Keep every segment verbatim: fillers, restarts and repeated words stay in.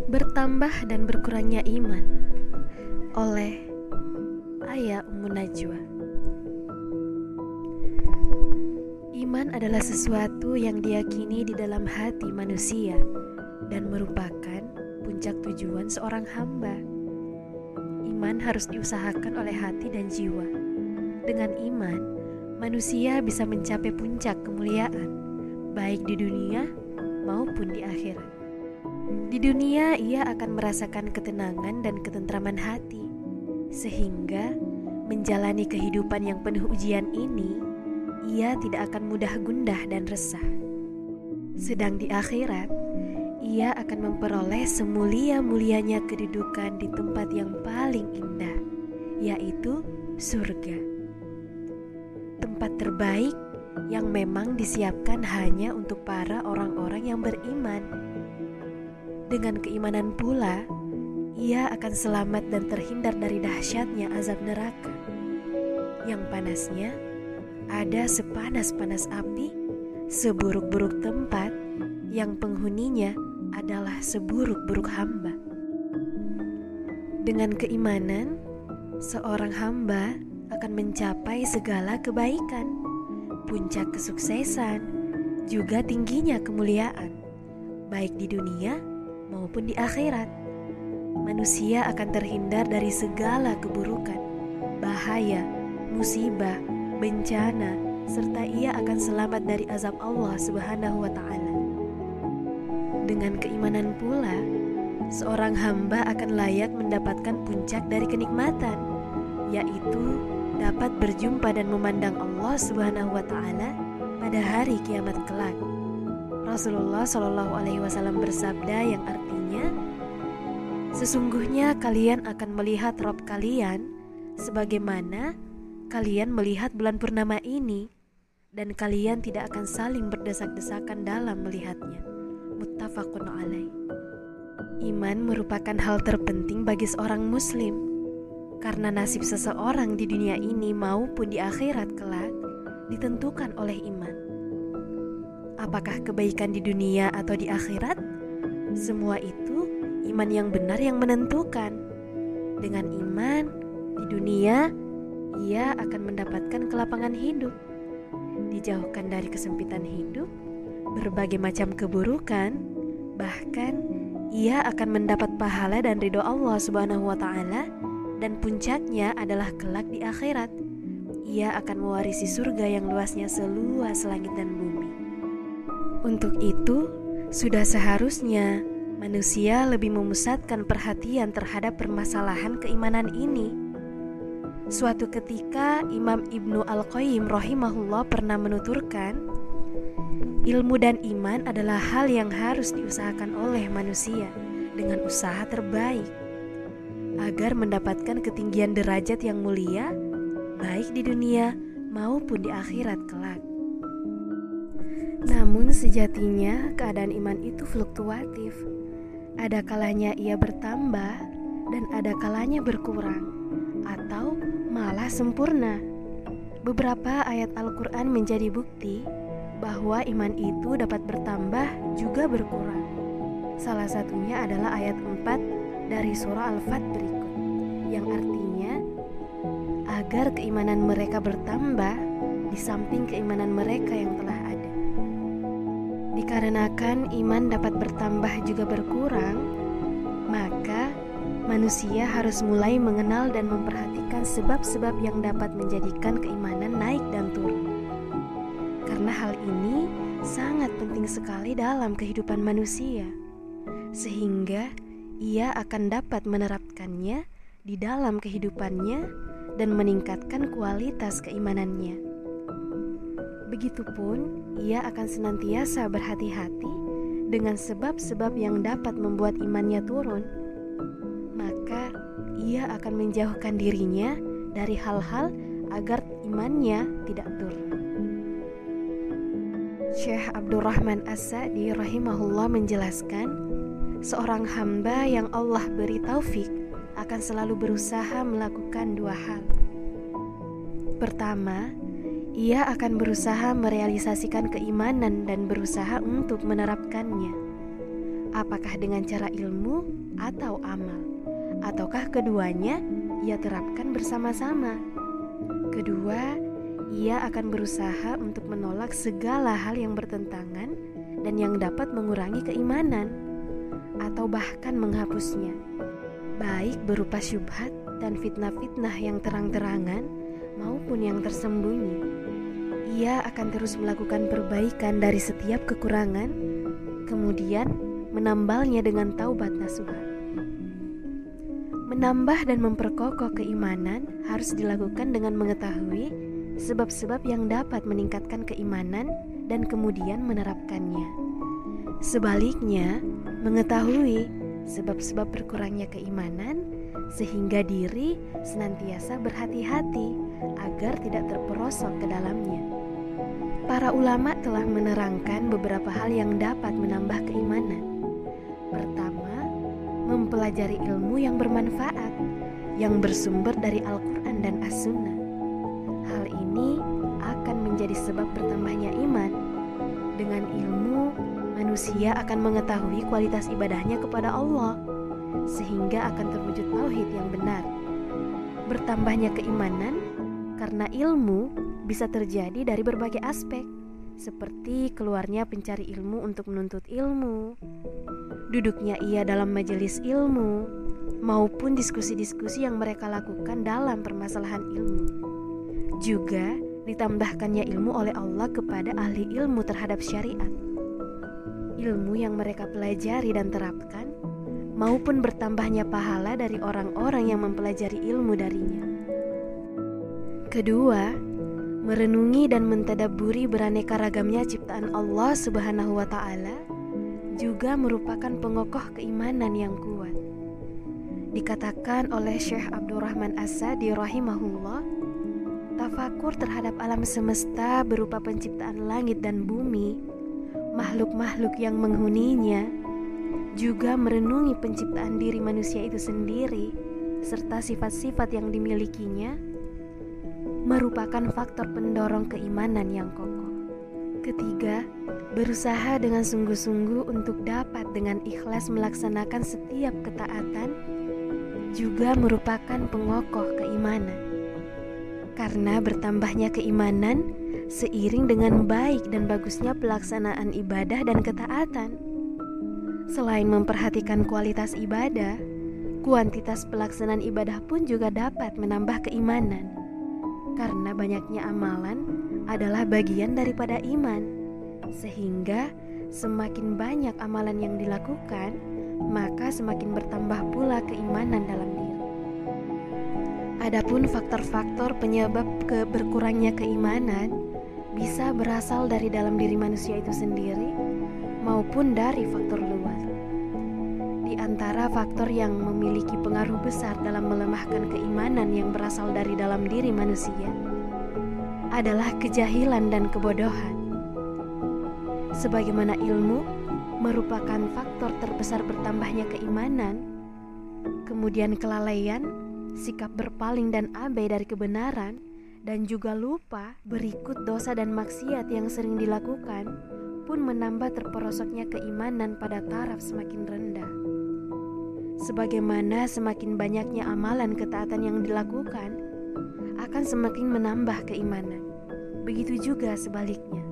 Bertambah dan berkurangnya iman oleh Ayah Ummu Najwa. Iman adalah sesuatu yang diyakini di dalam hati manusia dan merupakan puncak tujuan seorang hamba. Iman harus diusahakan oleh hati dan jiwa. Dengan iman, manusia bisa mencapai puncak kemuliaan, baik di dunia maupun di akhirat. Di dunia ia akan merasakan ketenangan dan ketentraman hati, sehingga menjalani kehidupan yang penuh ujian ini, ia tidak akan mudah gundah dan resah. Sedang di akhirat, ia akan memperoleh semulia-mulianya kedudukan di tempat yang paling indah, yaitu surga. Tempat terbaik yang memang disiapkan hanya untuk para orang-orang yang beriman. Dengan keimanan pula, ia akan selamat dan terhindar dari dahsyatnya azab neraka, yang panasnya ada sepanas-panas api, seburuk-buruk tempat yang penghuninya adalah seburuk-buruk hamba. Dengan keimanan, seorang hamba akan mencapai segala kebaikan, puncak kesuksesan, juga tingginya kemuliaan, baik di dunia maupun di akhirat. Manusia akan terhindar dari segala keburukan, bahaya, musibah, bencana, serta ia akan selamat dari azab Allah Subhanahu wa Ta'ala. Dengan keimanan pula, seorang hamba akan layak mendapatkan puncak dari kenikmatan, yaitu dapat berjumpa dan memandang Allah Subhanahu wa Ta'ala pada hari kiamat kelak. Rasulullah Shallallahu Alaihi Wasallam bersabda yang artinya, sesungguhnya kalian akan melihat Rabb kalian sebagaimana kalian melihat bulan purnama ini, dan kalian tidak akan saling berdesak-desakan dalam melihatnya. Muttafaqun alaih. Iman merupakan hal terpenting bagi seorang muslim, karena nasib seseorang di dunia ini maupun di akhirat kelak ditentukan oleh iman. Apakah kebaikan di dunia atau di akhirat? Semua itu iman yang benar yang menentukan. Dengan iman, di dunia ia akan mendapatkan kelapangan hidup, dijauhkan dari kesempitan hidup, berbagai macam keburukan, bahkan ia akan mendapat pahala dan ridho Allah Subhanahu wa Ta'ala, dan puncaknya adalah kelak di akhirat. Ia akan mewarisi surga yang luasnya seluas langit dan bumi. Untuk itu, sudah seharusnya manusia lebih memusatkan perhatian terhadap permasalahan keimanan ini. Suatu ketika Imam Ibnu Al-Qayyim rahimahullah pernah menuturkan, ilmu dan iman adalah hal yang harus diusahakan oleh manusia dengan usaha terbaik agar mendapatkan ketinggian derajat yang mulia, baik di dunia maupun di akhirat kelak. Namun sejatinya keadaan iman itu fluktuatif. Ada kalanya ia bertambah dan ada kalanya berkurang atau malah sempurna. Beberapa ayat Al-Quran menjadi bukti bahwa iman itu dapat bertambah juga berkurang. Salah satunya adalah ayat empat dari surah Al-Fat berikut, yang artinya agar keimanan mereka bertambah di samping keimanan mereka yang telah ada. Dikarenakan iman dapat bertambah juga berkurang, maka manusia harus mulai mengenal dan memperhatikan sebab-sebab yang dapat menjadikan keimanan naik dan turun. Karena hal ini sangat penting sekali dalam kehidupan manusia, sehingga ia akan dapat menerapkannya di dalam kehidupannya dan meningkatkan kualitas keimanannya. Begitupun ia akan senantiasa berhati-hati dengan sebab-sebab yang dapat membuat imannya turun. Maka ia akan menjauhkan dirinya dari hal-hal agar imannya tidak turun. Syekh Abdurrahman As-Sa'di rahimahullah menjelaskan, seorang hamba yang Allah beri taufik akan selalu berusaha melakukan dua hal. Pertama, ia akan berusaha merealisasikan keimanan dan berusaha untuk menerapkannya. Apakah dengan cara ilmu atau amal? Ataukah keduanya ia terapkan bersama-sama? Kedua, ia akan berusaha untuk menolak segala hal yang bertentangan dan yang dapat mengurangi keimanan atau bahkan menghapusnya, baik berupa syubhat dan fitnah-fitnah yang terang-terangan maupun yang tersembunyi. Ia akan terus melakukan perbaikan dari setiap kekurangan, kemudian menambalnya dengan taubat nasuha. Menambah dan memperkokoh keimanan harus dilakukan dengan mengetahui sebab-sebab yang dapat meningkatkan keimanan dan kemudian menerapkannya. Sebaliknya, mengetahui sebab-sebab berkurangnya keimanan sehingga diri senantiasa berhati-hati agar tidak terperosok ke dalamnya. Para ulama telah menerangkan beberapa hal yang dapat menambah keimanan. Pertama, mempelajari ilmu yang bermanfaat, yang bersumber dari Al-Quran dan As-Sunnah. Hal ini akan menjadi sebab bertambahnya iman. Dengan ilmu, manusia akan mengetahui kualitas ibadahnya kepada Allah, sehingga akan terwujud tauhid yang benar. Bertambahnya keimanan karena ilmu bisa terjadi dari berbagai aspek, seperti keluarnya pencari ilmu untuk menuntut ilmu, duduknya ia dalam majelis ilmu, maupun diskusi-diskusi yang mereka lakukan dalam permasalahan ilmu. Juga ditambahkannya ilmu oleh Allah kepada ahli ilmu terhadap syariat. Ilmu yang mereka pelajari dan terapkan, maupun bertambahnya pahala dari orang-orang yang mempelajari ilmu darinya. Kedua, merenungi dan mentadabburi beraneka ragamnya ciptaan Allah Subhanahu wa Ta'ala juga merupakan pengokoh keimanan yang kuat. Dikatakan oleh Syekh Abdurrahman As-Sa'di rahimahullah, tafakur terhadap alam semesta berupa penciptaan langit dan bumi, makhluk-makhluk yang menghuninya, juga merenungi penciptaan diri manusia itu sendiri serta sifat-sifat yang dimilikinya, merupakan faktor pendorong keimanan yang kokoh. Ketiga, berusaha dengan sungguh-sungguh untuk dapat dengan ikhlas melaksanakan setiap ketaatan juga merupakan pengokoh keimanan. Karena bertambahnya keimanan seiring dengan baik dan bagusnya pelaksanaan ibadah dan ketaatan. Selain memperhatikan kualitas ibadah, kuantitas pelaksanaan ibadah pun juga dapat menambah keimanan. Karena banyaknya amalan adalah bagian daripada iman, sehingga semakin banyak amalan yang dilakukan, maka semakin bertambah pula keimanan dalam diri. Adapun faktor-faktor penyebab ke berkurangnya keimanan bisa berasal dari dalam diri manusia itu sendiri maupun dari faktor luar. Di antara faktor yang memiliki pengaruh besar dalam melemahkan keimanan yang berasal dari dalam diri manusia adalah kejahilan dan kebodohan. Sebagaimana ilmu merupakan faktor terbesar bertambahnya keimanan, kemudian kelalaian, sikap berpaling dan abai dari kebenaran, dan juga lupa berikut dosa dan maksiat yang sering dilakukan pun menambah terperosoknya keimanan pada taraf semakin rendah. Sebagaimana semakin banyaknya amalan ketaatan yang dilakukan akan semakin menambah keimanan. Begitu juga sebaliknya.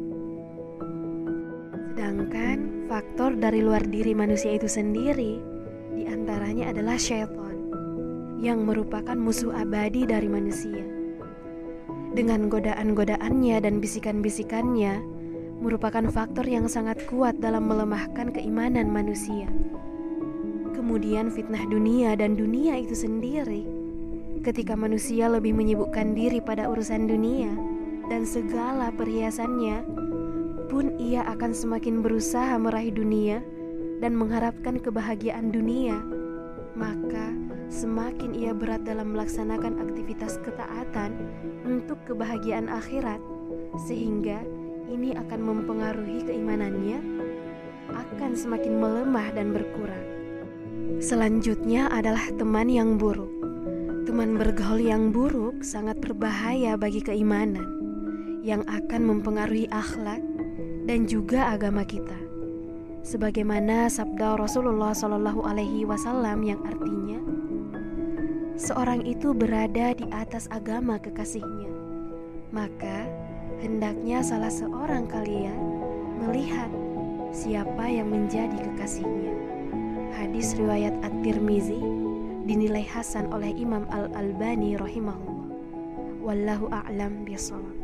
Sedangkan faktor dari luar diri manusia itu sendiri diantaranya adalah syaitan, yang merupakan musuh abadi dari manusia. Dengan godaan-godaannya dan bisikan-bisikannya merupakan faktor yang sangat kuat dalam melemahkan keimanan manusia. Kemudian fitnah dunia dan dunia itu sendiri, ketika manusia lebih menyibukkan diri pada urusan dunia dan segala perhiasannya, pun ia akan semakin berusaha meraih dunia dan mengharapkan kebahagiaan dunia, maka semakin ia berat dalam melaksanakan aktivitas ketaatan untuk kebahagiaan akhirat, sehingga ini akan mempengaruhi keimanannya, akan semakin melemah dan berkurang. Selanjutnya adalah teman yang buruk. Teman bergaul yang buruk sangat berbahaya bagi keimanan, yang akan mempengaruhi akhlak dan juga agama kita. sebagaimana sabda Rasulullah Shallallahu Alaihi Wasallam yang artinya, seorang itu berada di atas agama kekasihnya, maka hendaknya salah seorang kalian melihat siapa yang menjadi kekasihnya. Hadis riwayat At-Tirmizi, dinilai hasan oleh Imam Al-Albani rahimahullah. Wallahu a'lam bishawab.